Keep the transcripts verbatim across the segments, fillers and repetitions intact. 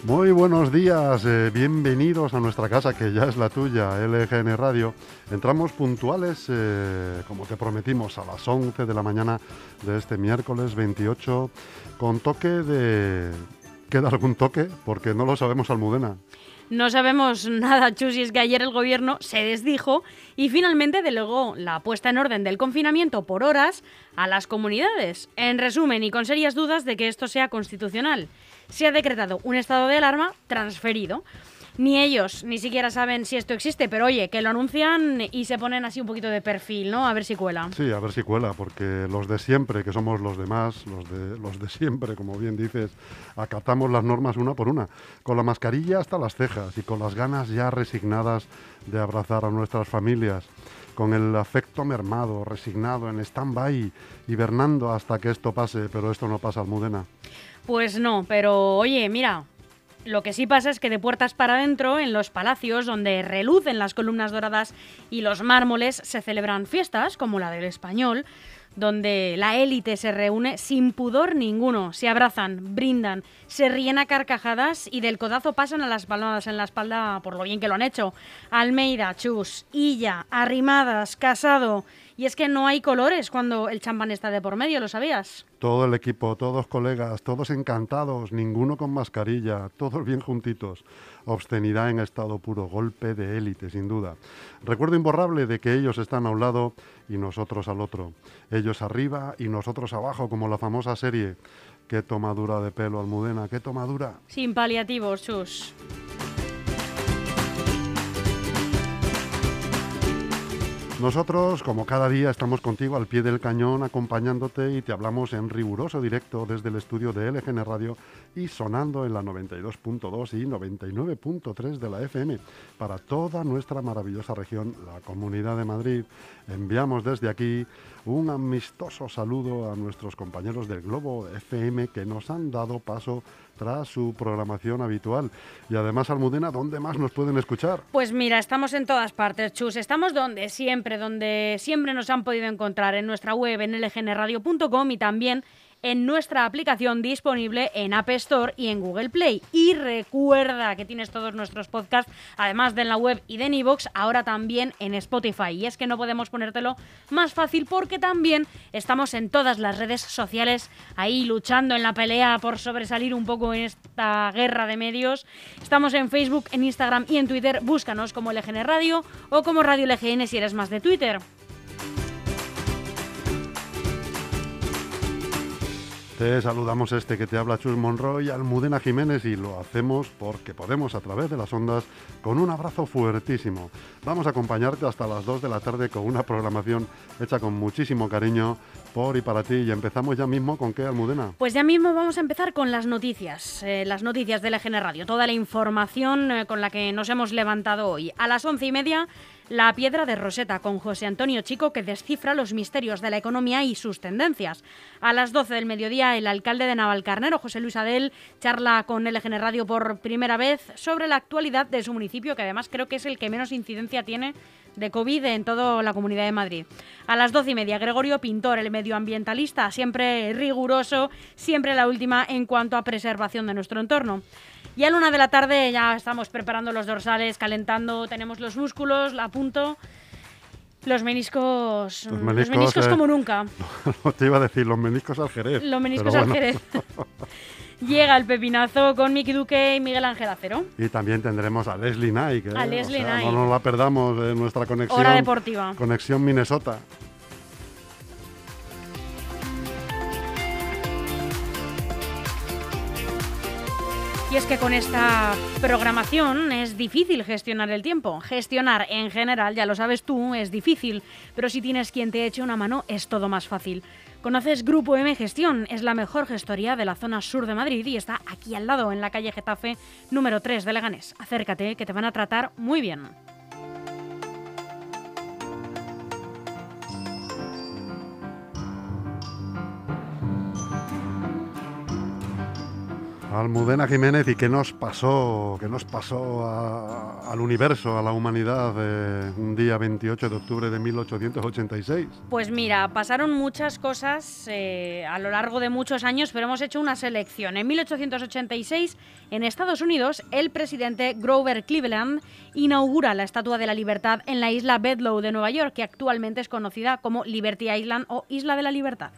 Muy buenos días, eh, bienvenidos a nuestra casa, que ya es la tuya, L G N Radio. Entramos puntuales, eh, como te prometimos, a las once de la mañana de este miércoles veintiocho, con toque de... ¿Queda algún toque? Porque no lo sabemos, Almudena. No sabemos nada, Chus, y es que ayer el gobierno se desdijo y finalmente delegó la puesta en orden del confinamiento por horas a las comunidades. En resumen, y con serias dudas de que esto sea constitucional, se ha decretado un estado de alarma transferido. Ni ellos ni siquiera saben si esto existe, pero oye, que lo anuncian y se ponen así un poquito de perfil, ¿no? A ver si cuela. Sí, a ver si cuela, porque los de siempre, que somos los demás, los de, los de siempre, como bien dices, acatamos las normas una por una, con la mascarilla hasta las cejas y con las ganas ya resignadas de abrazar a nuestras familias, con el afecto mermado, resignado, en stand-by, hibernando hasta que esto pase, pero esto no pasa, Almudena. Pues no, pero oye, mira... Lo que sí pasa es que de puertas para adentro, en los palacios donde relucen las columnas doradas y los mármoles, se celebran fiestas, como la del Español, donde la élite se reúne sin pudor ninguno, se abrazan, brindan, se ríen a carcajadas y del codazo pasan a las palmadas en la espalda por lo bien que lo han hecho. Almeida, Chus, Illa, Arrimadas, Casado... Y es que no hay colores cuando el champán está de por medio, ¿lo sabías? Todo el equipo, todos colegas, todos encantados, ninguno con mascarilla, todos bien juntitos. Obscenidad en estado puro, golpe de élite, sin duda. Recuerdo imborrable de que ellos están a un lado y nosotros al otro. Ellos arriba y nosotros abajo, como la famosa serie. Qué tomadura de pelo, Almudena, qué tomadura. Sin paliativos, Chus. Nosotros, como cada día, estamos contigo al pie del cañón, acompañándote y te hablamos en riguroso directo desde el estudio de L G N Radio y sonando en la noventa y dos punto dos y noventa y nueve punto tres de la F M para toda nuestra maravillosa región, la Comunidad de Madrid. Enviamos desde aquí un amistoso saludo a nuestros compañeros del Globo F M que nos han dado paso tras su programación habitual. Y además, Almudena, ¿dónde más nos pueden escuchar? Pues mira, estamos en todas partes, Chus. Estamos donde siempre, donde siempre nos han podido encontrar, en nuestra web en l g n radio punto com y también en nuestra aplicación disponible en App Store y en Google Play. Y recuerda que tienes todos nuestros podcasts, además de en la web y de en iVoox, ahora también en Spotify. Y es que no podemos ponértelo más fácil porque también estamos en todas las redes sociales, ahí luchando en la pelea por sobresalir un poco en esta guerra de medios. Estamos en Facebook, en Instagram y en Twitter. Búscanos como L G N Radio o como Radio L G N si eres más de Twitter. Te saludamos este que te habla Chus Monroy, Almudena Jiménez, y lo hacemos porque podemos a través de las ondas con un abrazo fuertísimo. Vamos a acompañarte hasta las dos de la tarde con una programación hecha con muchísimo cariño por y para ti. Y empezamos ya mismo con ¿qué, Almudena? Pues ya mismo vamos a empezar con las noticias, eh, las noticias de L G N Radio, toda la información eh, con la que nos hemos levantado hoy. A las once y media... La Piedra de Roseta, con José Antonio Chico, que descifra los misterios de la economía y sus tendencias. A las doce del mediodía, el alcalde de Navalcarnero, José Luis Adel, charla con L G N Radio por primera vez sobre la actualidad de su municipio, que además creo que es el que menos incidencia tiene de COVID en toda la Comunidad de Madrid. A las doce y media, Gregorio Pintor, el medioambientalista, siempre riguroso, siempre la última en cuanto a preservación de nuestro entorno. Y a la una de la tarde ya estamos preparando los dorsales, calentando, tenemos los músculos a punto, los meniscos, los meniscos, los meniscos eh, como nunca. No te iba a decir, los meniscos al Jerez. Los meniscos al bueno. Jerez. Llega el pepinazo con Miki Duque y Miguel Ángel Acero. Y también tendremos a Leslie Knight. ¿eh? A Leslie o sea, Knight. No nos la perdamos en nuestra conexión. Hora deportiva. Conexión Minnesota. Y es que con esta programación es difícil gestionar el tiempo. Gestionar en general, ya lo sabes tú, es difícil, pero si tienes quien te eche una mano es todo más fácil. ¿Conoces Grupo M Gestión? Es la mejor gestoría de la zona sur de Madrid y está aquí al lado, en la calle Getafe, número tres de Leganés. Acércate, que te van a tratar muy bien. Almudena Jiménez, ¿y qué nos pasó, qué nos pasó a, al universo, a la humanidad, eh, un día veintiocho de octubre de mil ochocientos ochenta y seis? Pues mira, pasaron muchas cosas eh, a lo largo de muchos años, pero hemos hecho una selección. En mil ochocientos ochenta y seis, en Estados Unidos, el presidente Grover Cleveland inaugura la Estatua de la Libertad en la isla Bedloe de Nueva York, que actualmente es conocida como Liberty Island o Isla de la Libertad.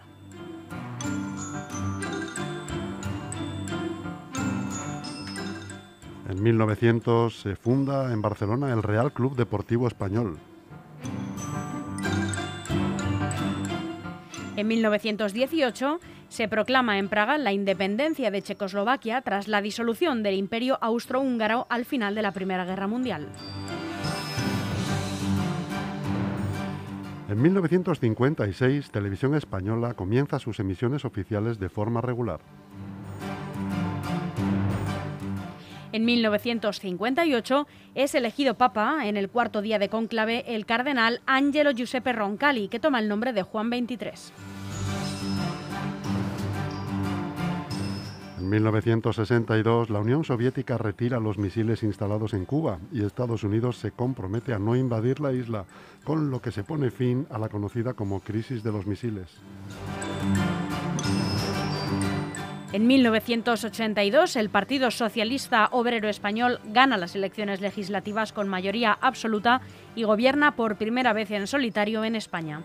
En mil novecientos se funda en Barcelona el Real Club Deportivo Español. En mil novecientos dieciocho se proclama en Praga la independencia de Checoslovaquia tras la disolución del Imperio Austrohúngaro al final de la Primera Guerra Mundial. En mil novecientos cincuenta y seis, Televisión Española comienza sus emisiones oficiales de forma regular. En mil novecientos cincuenta y ocho es elegido papa, en el cuarto día de cónclave, el cardenal Angelo Giuseppe Roncalli, que toma el nombre de Juan veintitrés. En mil novecientos sesenta y dos, la Unión Soviética retira los misiles instalados en Cuba y Estados Unidos se compromete a no invadir la isla, con lo que se pone fin a la conocida como crisis de los misiles. En mil novecientos ochenta y dos, el Partido Socialista Obrero Español gana las elecciones legislativas con mayoría absoluta y gobierna por primera vez en solitario en España.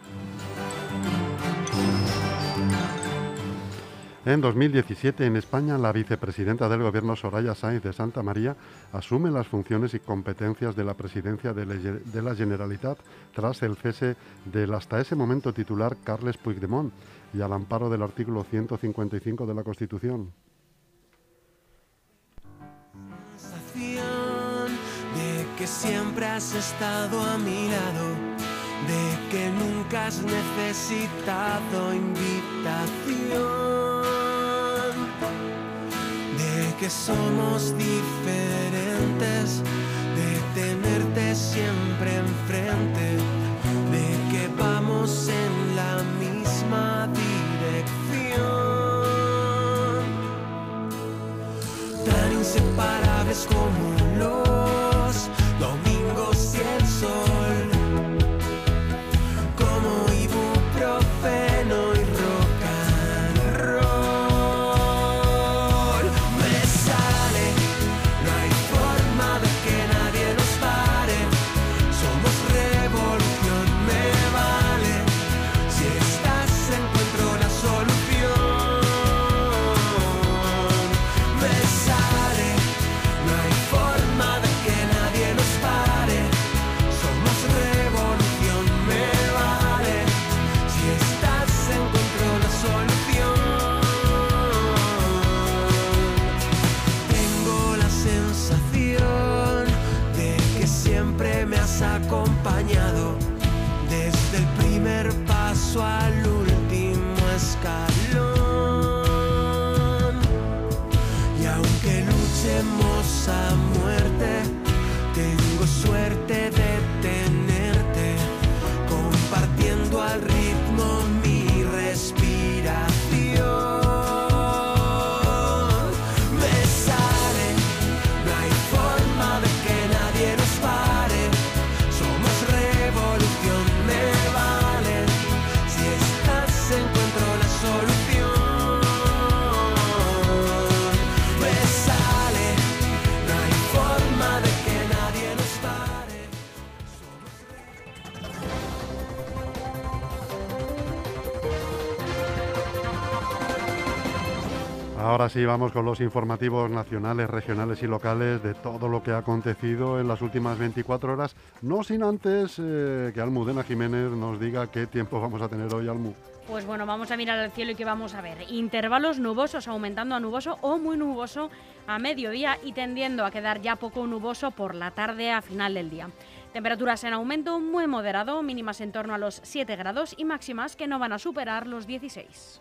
En dos mil diecisiete, en España, la vicepresidenta del Gobierno, Soraya Sáenz de Santa María, asume las funciones y competencias de la presidencia de la Generalitat tras el cese del hasta ese momento titular Carles Puigdemont y al amparo del artículo ciento cincuenta y cinco de la Constitución. De que siempre has estado a mi lado, de que nunca has necesitado invitación, de que somos diferentes, de tenerte siempre enfrente, de que vamos en la misma dirección, tan inseparables como los domingos y el sol, como ibuprofeno y rock and roll. Me sale, no hay forma de que nadie nos pare, somos revolución, me vale, si estás encuentro la solución. Me sale, no hay forma de que nadie nos pare, somos revolución, me vale, si estás encuentro la solución. Tengo la sensación de que siempre me has acompañado, desde el primer paso al último escalón. Y aunque luchemos a muerte, tengo suerte de tenerte, compartiendo al ritmo mi respiración. Me sale, no hay forma de que nadie nos pare, somos revolución, me vale, si estás encuentro la solución. Me sale, no hay forma de que nadie nos pare, Ahora sí, vamos con los informativos nacionales, regionales y locales de todo lo que ha acontecido en las últimas veinticuatro horas, no sin antes eh, que Almudena Jiménez nos diga qué tiempo vamos a tener hoy, Almu. Pues bueno, vamos a mirar al cielo y ¿qué vamos a ver? Intervalos nubosos aumentando a nuboso o muy nuboso a mediodía y tendiendo a quedar ya poco nuboso por la tarde a final del día. Temperaturas en aumento muy moderado, mínimas en torno a los siete grados y máximas que no van a superar los dieciséis.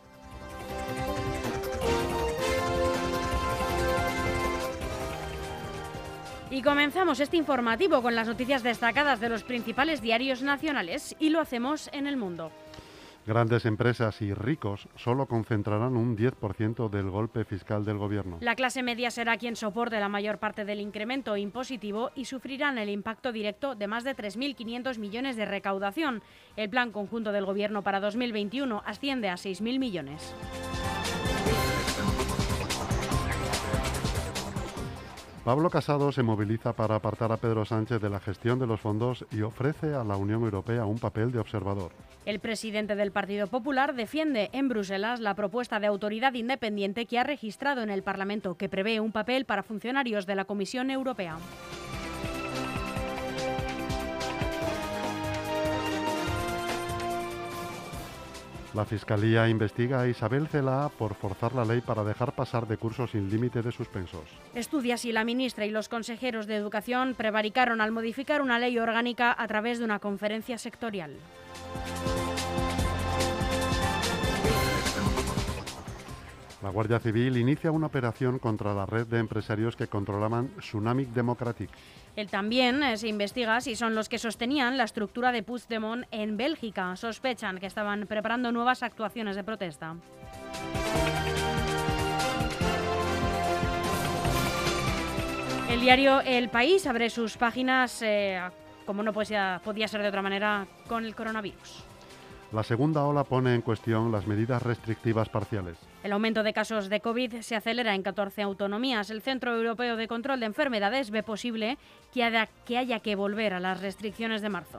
Y comenzamos este informativo con las noticias destacadas de los principales diarios nacionales y lo hacemos en El Mundo. Grandes empresas y ricos solo concentrarán un diez por ciento del golpe fiscal del Gobierno. La clase media será quien soporte la mayor parte del incremento impositivo y sufrirán el impacto directo de más de tres mil quinientos millones de recaudación. El plan conjunto del Gobierno para dos mil veintiuno asciende a seis mil millones. Pablo Casado se moviliza para apartar a Pedro Sánchez de la gestión de los fondos y ofrece a la Unión Europea un papel de observador. El presidente del Partido Popular defiende en Bruselas la propuesta de autoridad independiente que ha registrado en el Parlamento, que prevé un papel para funcionarios de la Comisión Europea. La Fiscalía investiga a Isabel Celaá por forzar la ley para dejar pasar de cursos sin límite de suspensos. Estudia si la ministra y los consejeros de Educación prevaricaron al modificar una ley orgánica a través de una conferencia sectorial. La Guardia Civil inicia una operación contra la red de empresarios que controlaban Tsunami Democratic. Él también eh, se investiga si son los que sostenían la estructura de Puigdemont en Bélgica. Sospechan que estaban preparando nuevas actuaciones de protesta. El diario El País abre sus páginas, eh, como no podía, podía ser de otra manera, con el coronavirus. La segunda ola pone en cuestión las medidas restrictivas parciales. El aumento de casos de COVID se acelera en catorce autonomías. El Centro Europeo de Control de Enfermedades ve posible que haya que, haya que volver a las restricciones de marzo.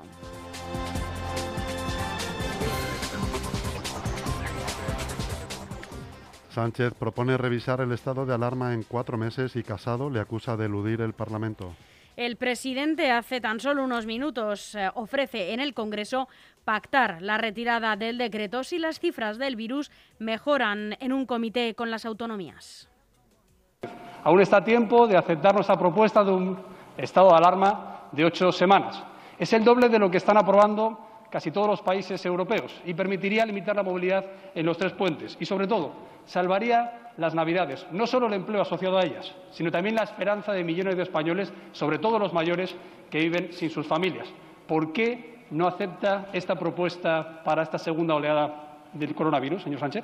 Sánchez propone revisar el estado de alarma en cuatro meses y Casado le acusa de eludir el Parlamento. El presidente hace tan solo unos minutos eh, ofrece en el Congreso pactar la retirada del decreto si las cifras del virus mejoran en un comité con las autonomías. Aún está a tiempo de aceptar nuestra propuesta de un estado de alarma de ocho semanas. Es el doble de lo que están aprobando casi todos los países europeos y permitiría limitar la movilidad en los tres puentes y, sobre todo, salvaría las Navidades, no solo el empleo asociado a ellas, sino también la esperanza de millones de españoles, sobre todo los mayores, que viven sin sus familias. ¿Por qué no acepta esta propuesta para esta segunda oleada del coronavirus, señor Sánchez?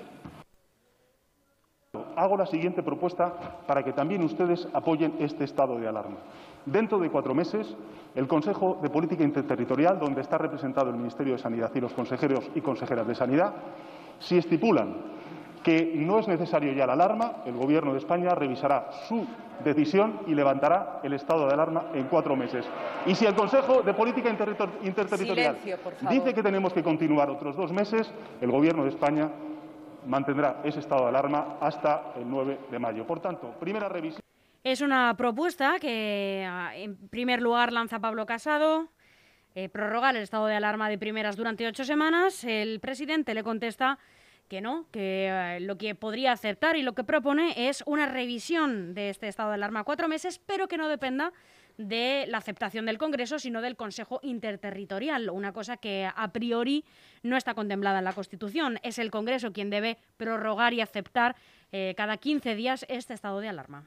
Hago la siguiente propuesta para que también ustedes apoyen este estado de alarma. Dentro de cuatro meses, el Consejo de Política Interterritorial, donde está representado el Ministerio de Sanidad y los consejeros y consejeras de Sanidad, si estipulan que no es necesario ya la alarma, el Gobierno de España revisará su decisión y levantará el estado de alarma en cuatro meses. Y si el Consejo de Política Interterritorial Silencio, dice que tenemos que continuar otros dos meses, el Gobierno de España mantendrá ese estado de alarma hasta el nueve de mayo. Por tanto, primera revisión. Es una propuesta que, en primer lugar, lanza Pablo Casado, eh, prorrogar el estado de alarma de primeras durante ocho semanas. El presidente le contesta que no, que eh, lo que podría aceptar y lo que propone es una revisión de este estado de alarma a cuatro meses, pero que no dependa de la aceptación del Congreso, sino del Consejo Interterritorial, una cosa que a priori no está contemplada en la Constitución. Es el Congreso quien debe prorrogar y aceptar eh, cada quince días este estado de alarma.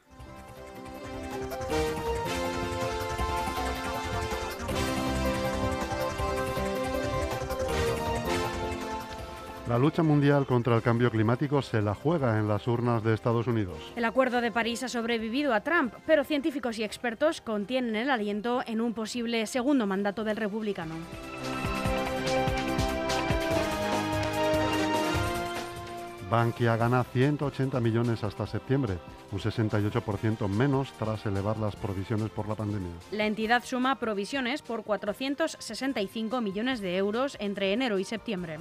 La lucha mundial contra el cambio climático se la juega en las urnas de Estados Unidos. El Acuerdo de París ha sobrevivido a Trump, pero científicos y expertos contienen el aliento en un posible segundo mandato del republicano. Bankia gana ciento ochenta millones hasta septiembre, un sesenta y ocho por ciento menos tras elevar las provisiones por la pandemia. La entidad suma provisiones por cuatrocientos sesenta y cinco millones de euros entre enero y septiembre.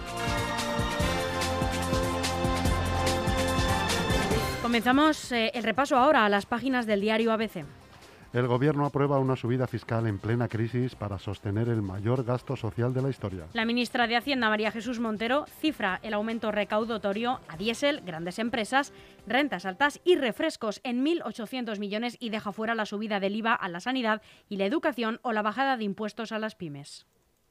Comenzamos eh, el repaso ahora a las páginas del diario A B C. El Gobierno aprueba una subida fiscal en plena crisis para sostener el mayor gasto social de la historia. La ministra de Hacienda, María Jesús Montero, cifra el aumento recaudatorio a diésel, grandes empresas, rentas altas y refrescos en mil ochocientos millones y deja fuera la subida del I V A a la sanidad y la educación o la bajada de impuestos a las pymes.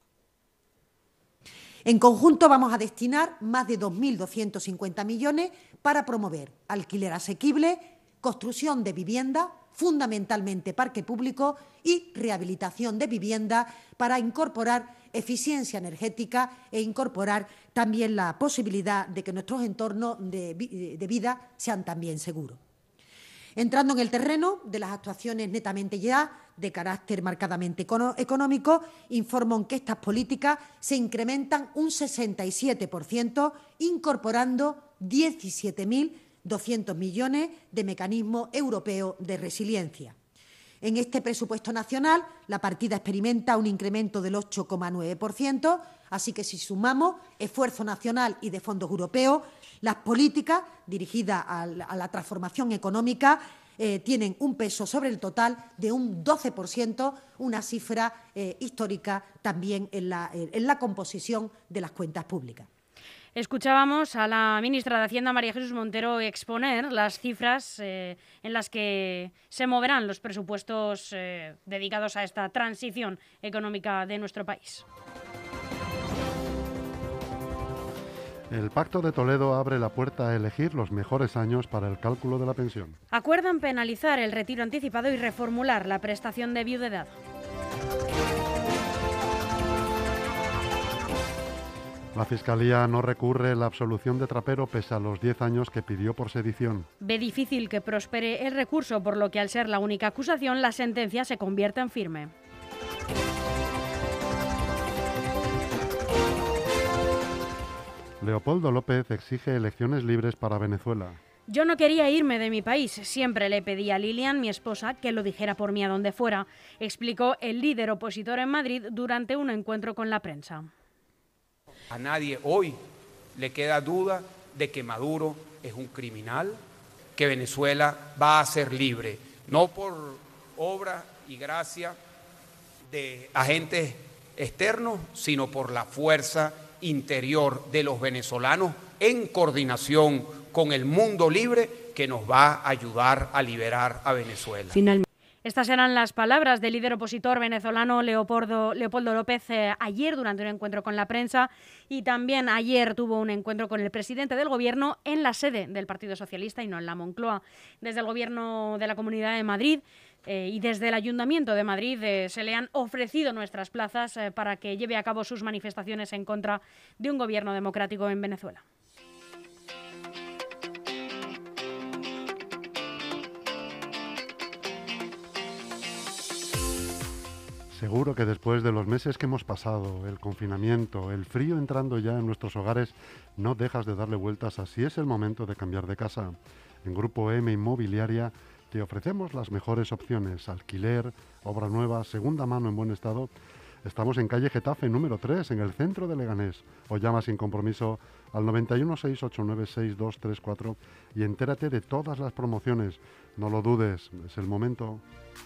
En conjunto vamos a destinar más de dos mil doscientos cincuenta millones para promover alquiler asequible, construcción de vivienda, fundamentalmente parque público y rehabilitación de vivienda para incorporar eficiencia energética e incorporar también la posibilidad de que nuestros entornos de, de vida sean también seguros. Entrando en el terreno de las actuaciones netamente ya de carácter marcadamente económico, informo que estas políticas se incrementan un sesenta y siete por ciento, incorporando diecisiete mil doscientos millones de mecanismo europeo de resiliencia. En este presupuesto nacional, la partida experimenta un incremento del ocho coma nueve por ciento, así que si sumamos esfuerzo nacional y de fondos europeos, las políticas dirigidas a la, a la transformación económica eh, tienen un peso sobre el total de un doce por ciento, una cifra eh, histórica también en la, en la composición de las cuentas públicas. Escuchábamos a la ministra de Hacienda, María Jesús Montero, exponer las cifras eh, en las que se moverán los presupuestos eh, dedicados a esta transición económica de nuestro país. El Pacto de Toledo abre la puerta a elegir los mejores años para el cálculo de la pensión. Acuerdan penalizar el retiro anticipado y reformular la prestación de viudedad. La Fiscalía no recurre la absolución de Trapero pese a los diez años que pidió por sedición. Ve difícil que prospere el recurso, por lo que al ser la única acusación, la sentencia se convierte en firme. Leopoldo López exige elecciones libres para Venezuela. Yo no quería irme de mi país, siempre le pedí a Lilian, mi esposa, que lo dijera por mí a donde fuera, explicó el líder opositor en Madrid durante un encuentro con la prensa. A nadie hoy le queda duda de que Maduro es un criminal, que Venezuela va a ser libre, no por obra y gracia de agentes externos, sino por la fuerza interior de los venezolanos en coordinación con el mundo libre que nos va a ayudar a liberar a Venezuela. Finalmente. Estas eran las palabras del líder opositor venezolano Leopoldo, Leopoldo López eh, ayer durante un encuentro con la prensa, y también ayer tuvo un encuentro con el presidente del Gobierno en la sede del Partido Socialista y no en la Moncloa. Desde el Gobierno de la Comunidad de Madrid eh, y desde el Ayuntamiento de Madrid eh, se le han ofrecido nuestras plazas eh, para que lleve a cabo sus manifestaciones en contra de un gobierno democrático en Venezuela. Seguro que después de los meses que hemos pasado, el confinamiento, el frío entrando ya en nuestros hogares, no dejas de darle vueltas a si es el momento de cambiar de casa. En Grupo M Inmobiliaria te ofrecemos las mejores opciones: alquiler, obra nueva, segunda mano en buen estado. Estamos en calle Getafe número tres, en el centro de Leganés. O llama sin compromiso al noventa y uno, seis ocho nueve, seis dos tres cuatro y entérate de todas las promociones. No lo dudes, es el momento.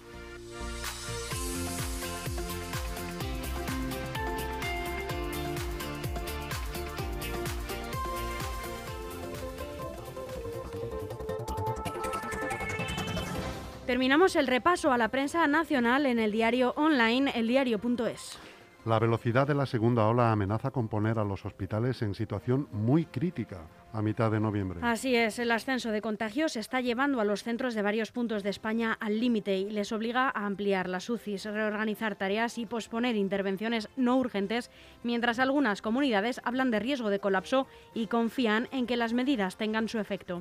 Terminamos el repaso a la prensa nacional en el diario online eldiario punto es. La velocidad de la segunda ola amenaza con poner a los hospitales en situación muy crítica a mitad de noviembre. Así es, el ascenso de contagios está llevando a los centros de varios puntos de España al límite y les obliga a ampliar las U C Is, reorganizar tareas y posponer intervenciones no urgentes, mientras algunas comunidades hablan de riesgo de colapso y confían en que las medidas tengan su efecto.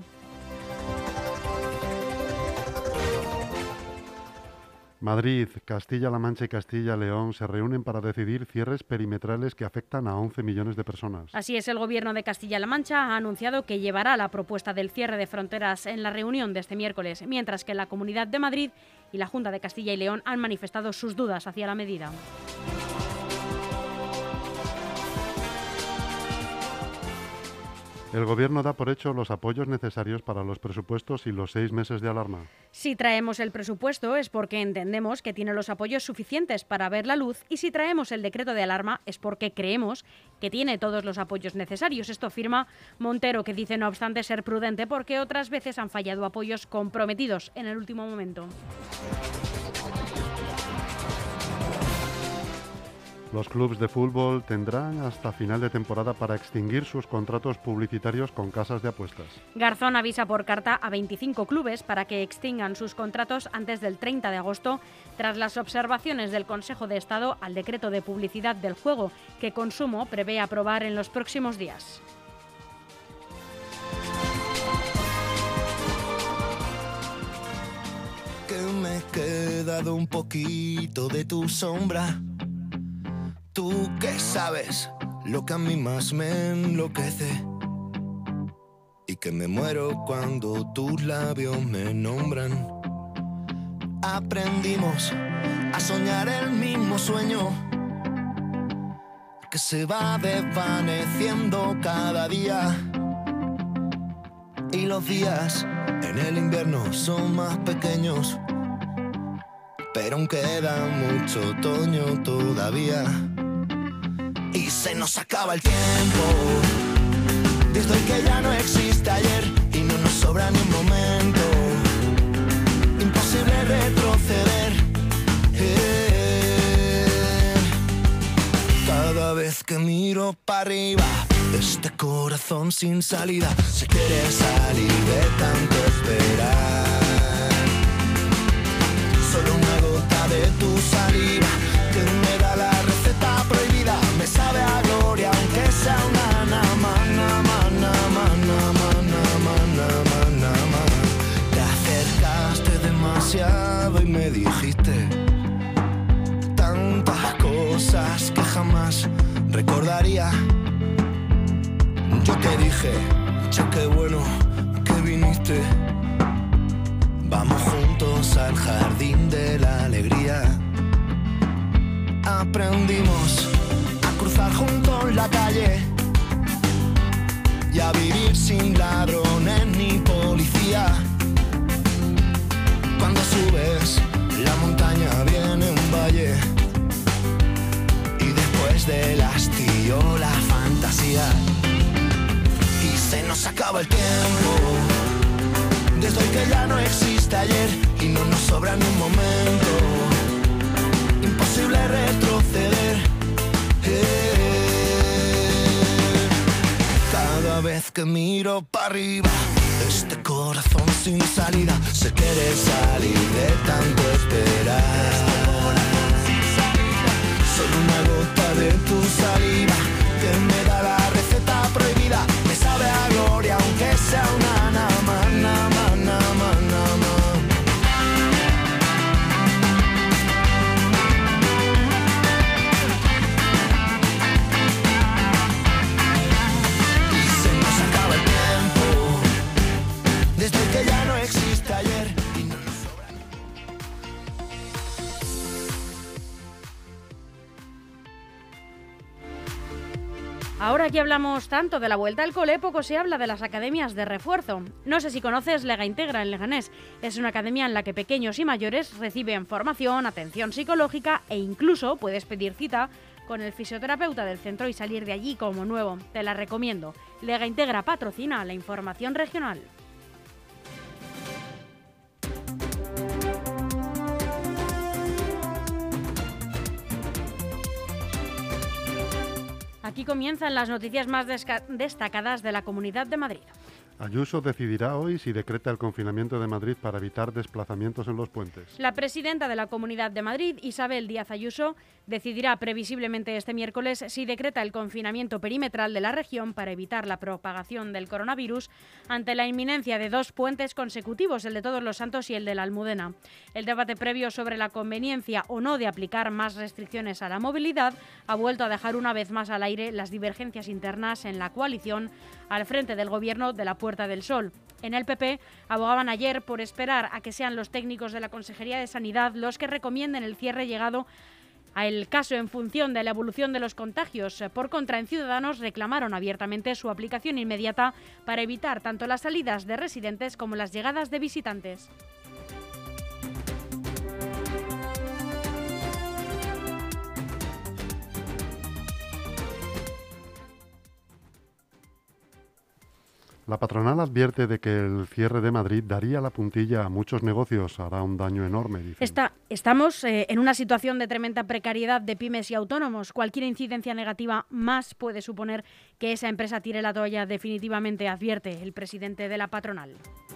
Madrid, Castilla-La Mancha y Castilla-León se reúnen para decidir cierres perimetrales que afectan a once millones de personas. Así es, el Gobierno de Castilla-La Mancha ha anunciado que llevará la propuesta del cierre de fronteras en la reunión de este miércoles, mientras que la Comunidad de Madrid y la Junta de Castilla y León han manifestado sus dudas hacia la medida. El Gobierno da por hecho los apoyos necesarios para los presupuestos y los seis meses de alarma. Si traemos el presupuesto es porque entendemos que tiene los apoyos suficientes para ver la luz, y si traemos el decreto de alarma es porque creemos que tiene todos los apoyos necesarios. Esto afirma Montero, que dice no obstante ser prudente porque otras veces han fallado apoyos comprometidos en el último momento. Los clubes de fútbol tendrán hasta final de temporada para extinguir sus contratos publicitarios con casas de apuestas. Garzón avisa por carta a veinticinco clubes para que extingan sus contratos antes del treinta de agosto, tras las observaciones del Consejo de Estado al decreto de publicidad del juego, que Consumo prevé aprobar en los próximos días. Que me he quedado un poquito de tu sombra. Tú que sabes lo que a mí más me enloquece y que me muero cuando tus labios me nombran. Aprendimos a soñar el mismo sueño que se va desvaneciendo cada día, y los días en el invierno son más pequeños, pero aún queda mucho otoño todavía. Y se nos acaba el tiempo, desde hoy que ya no existe ayer, y no nos sobra ni un momento, imposible retroceder. Eh, cada vez que miro para arriba, este corazón sin salida se quiere salir de tanto esperar. Solo una gota de tu saliva que me da la receta prohibida, me sabe a gloria aunque sea una nama, nama, nama, nama, nama, nama, nama. Te acercaste demasiado y me dijiste tantas cosas que jamás recordaría. Yo te dije, ya qué bueno que viniste, vamos juntos al jardín de la alegría. Aprendimos a cruzar juntos la calle y a vivir sin ladrones ni policía. Cuando subes la montaña viene un valle, y después del hastío la fantasía. Y se nos acaba el tiempo, desde hoy que ya no existe ayer, y no nos sobra ni un momento, imposible retroceder. Eh, cada vez que miro para arriba, este corazón sin salida se quiere salir de tanto esperar. Solo una gota de tu saliva que me da la receta prohibida, me sabe a gloria aunque sea una nama, nama, nama, nama. Y se nos acaba el tiempo, desde que ya no existe ayer, y no nos sobra. Ahora que hablamos tanto de la vuelta al cole, poco se habla de las academias de refuerzo. No sé si conoces Lega Integra en Leganés. Es una academia en la que pequeños y mayores reciben formación, atención psicológica e incluso puedes pedir cita con el fisioterapeuta del centro y salir de allí como nuevo. Te la recomiendo. Lega Integra patrocina la información regional. Aquí comienzan las noticias más destacadas de la Comunidad de Madrid. Ayuso decidirá hoy si decreta el confinamiento de Madrid para evitar desplazamientos en los puentes. La presidenta de la Comunidad de Madrid, Isabel Díaz Ayuso, decidirá previsiblemente este miércoles si decreta el confinamiento perimetral de la región para evitar la propagación del coronavirus ante la inminencia de dos puentes consecutivos, el de Todos los Santos y el de la Almudena. El debate previo sobre la conveniencia o no de aplicar más restricciones a la movilidad ha vuelto a dejar una vez más al aire las divergencias internas en la coalición al frente del Gobierno de la Puerta del Sol. En el P P abogaban ayer por esperar a que sean los técnicos de la Consejería de Sanidad los que recomienden el cierre llegado al caso en función de la evolución de los contagios. Por contra, en Ciudadanos reclamaron abiertamente su aplicación inmediata para evitar tanto las salidas de residentes como las llegadas de visitantes. La patronal advierte de que el cierre de Madrid daría la puntilla a muchos negocios, hará un daño enorme, dice. Está, estamos eh, en una situación de tremenda precariedad de pymes y autónomos. Cualquier incidencia negativa más puede suponer que esa empresa tire la toalla definitivamente, advierte el presidente de la patronal.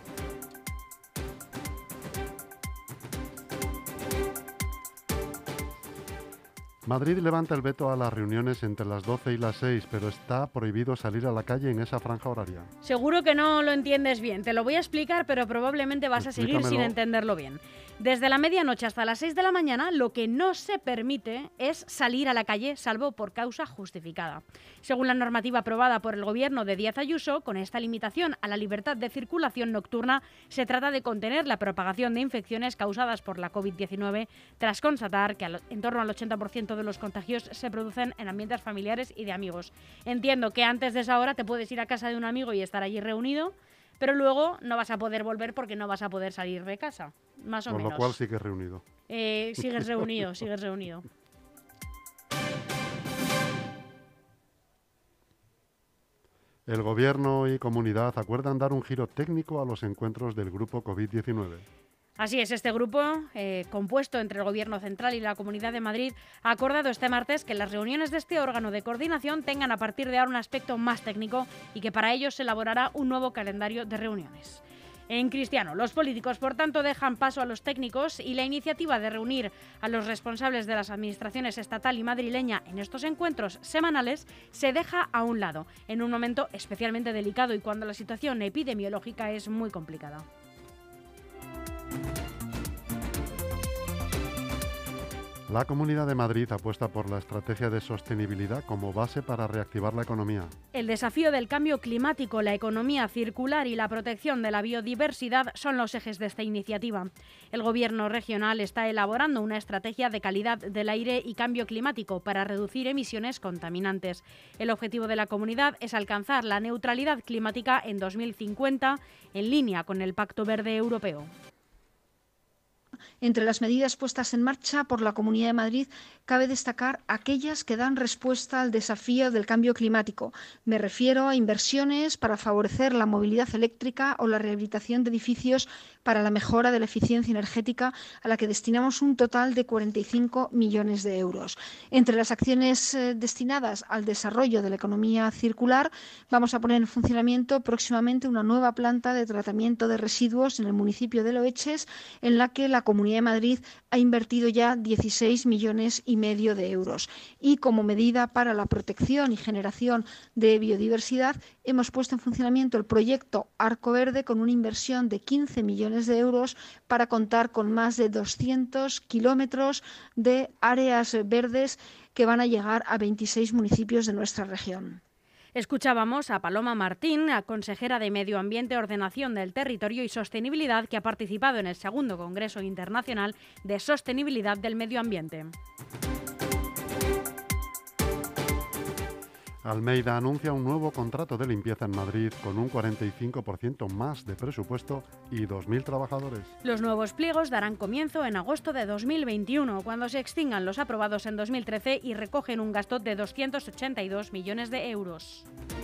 Madrid levanta el veto a las reuniones entre las doce y las seis, pero está prohibido salir a la calle en esa franja horaria. Seguro que no lo entiendes bien. Te lo voy a explicar, pero probablemente vas a seguir sin entenderlo bien. Desde la medianoche hasta las seis de la mañana, lo que no se permite es salir a la calle, salvo por causa justificada. Según la normativa aprobada por el gobierno de Díaz Ayuso, con esta limitación a la libertad de circulación nocturna, se trata de contener la propagación de infecciones causadas por la covid diecinueve, tras constatar que en torno al ochenta por ciento de los contagios se producen en ambientes familiares y de amigos. Entiendo que antes de esa hora te puedes ir a casa de un amigo y estar allí reunido, pero luego no vas a poder volver porque no vas a poder salir de casa, más o Por menos. lo cual sigues reunido. Eh, sigues reunido, sigues reunido. El Gobierno y Comunidad acuerdan dar un giro técnico a los encuentros del grupo covid diecinueve. Así es, este grupo, eh, compuesto entre el Gobierno Central y la Comunidad de Madrid, ha acordado este martes que las reuniones de este órgano de coordinación tengan a partir de ahora un aspecto más técnico y que para ello se elaborará un nuevo calendario de reuniones. En cristiano, los políticos, por tanto, dejan paso a los técnicos y la iniciativa de reunir a los responsables de las administraciones estatal y madrileña en estos encuentros semanales se deja a un lado, en un momento especialmente delicado y cuando la situación epidemiológica es muy complicada. La Comunidad de Madrid apuesta por la estrategia de sostenibilidad como base para reactivar la economía. El desafío del cambio climático, la economía circular y la protección de la biodiversidad son los ejes de esta iniciativa. El Gobierno regional está elaborando una estrategia de calidad del aire y cambio climático para reducir emisiones contaminantes. El objetivo de la comunidad es alcanzar la neutralidad climática en dos mil cincuenta, en línea con el Pacto Verde Europeo. Entre las medidas puestas en marcha por la Comunidad de Madrid cabe destacar aquellas que dan respuesta al desafío del cambio climático. Me refiero a inversiones para favorecer la movilidad eléctrica o la rehabilitación de edificios para la mejora de la eficiencia energética, a la que destinamos un total de cuarenta y cinco millones de euros. Entre las acciones eh, destinadas al desarrollo de la economía circular, vamos a poner en funcionamiento próximamente una nueva planta de tratamiento de residuos en el municipio de Loeches, en la que la Comunidad de Madrid ha invertido ya dieciséis millones y medio de euros. Y como medida para la protección y generación de biodiversidad, hemos puesto en funcionamiento el proyecto Arco Verde con una inversión de quince millones de euros para contar con más de doscientos kilómetros de áreas verdes que van a llegar a veintiséis municipios de nuestra región. Escuchábamos a Paloma Martín, la consejera de Medio Ambiente, Ordenación del Territorio y Sostenibilidad, que ha participado en el segundo Congreso Internacional de Sostenibilidad del Medio Ambiente. Almeida anuncia un nuevo contrato de limpieza en Madrid con un cuarenta y cinco por ciento más de presupuesto y dos mil trabajadores. Los nuevos pliegos darán comienzo en agosto de dos mil veintiuno, cuando se extingan los aprobados en dos mil trece y recogen un gasto de doscientos ochenta y dos millones de euros.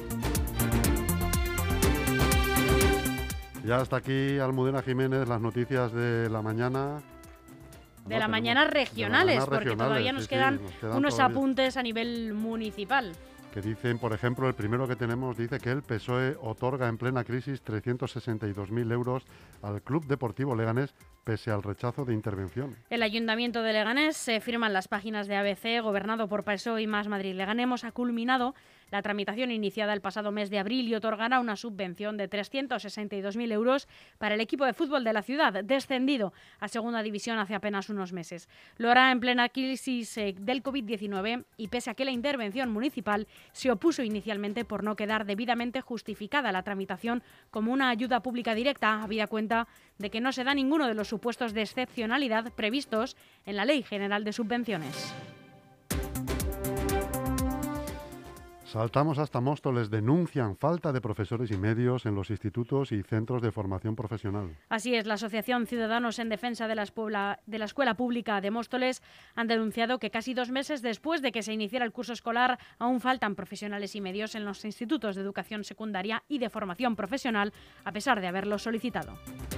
Ya hasta aquí, Almudena Jiménez, las noticias de la mañana. De No, la mañana regionales, de la mañana porque regionales, todavía nos sí, quedan sí, nos quedan unos todavía. apuntes a nivel municipal. Que dicen, por ejemplo, el primero que tenemos dice que el P S O E otorga en plena crisis trescientos sesenta y dos mil euros al Club Deportivo Leganés pese al rechazo de intervención. El Ayuntamiento de Leganés, se firman las páginas de A B C, gobernado por P S O E y Más Madrid Leganemos, ha culminado la tramitación iniciada el pasado mes de abril y otorgará una subvención de trescientos sesenta y dos mil euros para el equipo de fútbol de la ciudad, descendido a segunda división hace apenas unos meses. Lo hará en plena crisis eh, del covid diecinueve y pese a que la intervención municipal se opuso inicialmente por no quedar debidamente justificada la tramitación como una ayuda pública directa, habida cuenta de que no se da ninguno de los supuestos de excepcionalidad previstos en la Ley General de Subvenciones. Saltamos hasta Móstoles, denuncian falta de profesores y medios en los institutos y centros de formación profesional. Así es, la Asociación Ciudadanos en Defensa de la, Espuela, de la Escuela Pública de Móstoles han denunciado que casi dos meses después de que se iniciara el curso escolar aún faltan profesionales y medios en los institutos de educación secundaria y de formación profesional, a pesar de haberlo solicitado.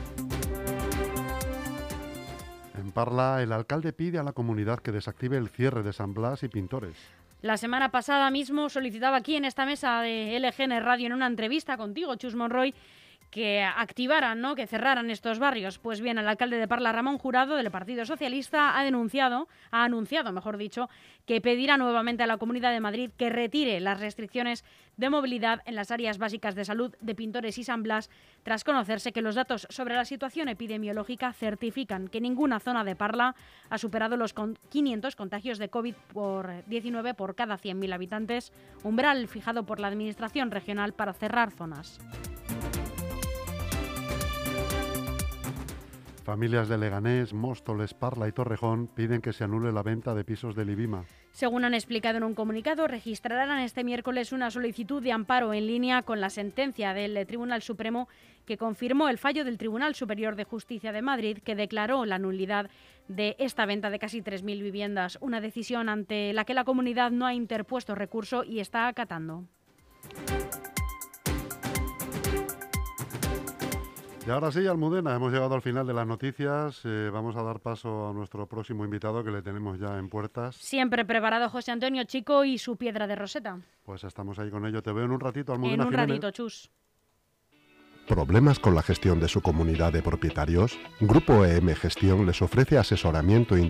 En Parla, el alcalde pide a la comunidad que desactive el cierre de San Blas y Pintores. La semana pasada mismo solicitaba aquí en esta mesa de L G N Radio, en una entrevista contigo, Chus Monroy, que activaran, ¿no?, que cerraran estos barrios. Pues bien, el alcalde de Parla, Ramón Jurado, del Partido Socialista, ha denunciado, ha anunciado, mejor dicho, que pedirá nuevamente a la Comunidad de Madrid que retire las restricciones de movilidad en las áreas básicas de salud de Pintores y San Blas, tras conocerse que los datos sobre la situación epidemiológica certifican que ninguna zona de Parla ha superado los quinientos contagios de COVID diecinueve por cada cien mil habitantes, umbral fijado por la Administración regional para cerrar zonas. Familias de Leganés, Móstoles, Parla y Torrejón piden que se anule la venta de pisos del IBIMA. Según han explicado en un comunicado, registrarán este miércoles una solicitud de amparo en línea con la sentencia del Tribunal Supremo que confirmó el fallo del Tribunal Superior de Justicia de Madrid, que declaró la nulidad de esta venta de casi tres mil viviendas, una decisión ante la que la comunidad no ha interpuesto recurso y está acatando. Y ahora sí, Almudena, hemos llegado al final de las noticias. Eh, vamos a dar paso a nuestro próximo invitado, que le tenemos ya en puertas. Siempre preparado José Antonio Chico y su piedra de Roseta. Pues estamos ahí con ello. Te veo en un ratito, Almudena En un Jiménez. ratito, Chus. ¿Problemas con la gestión de su comunidad de propietarios? Grupo E M Gestión les ofrece asesoramiento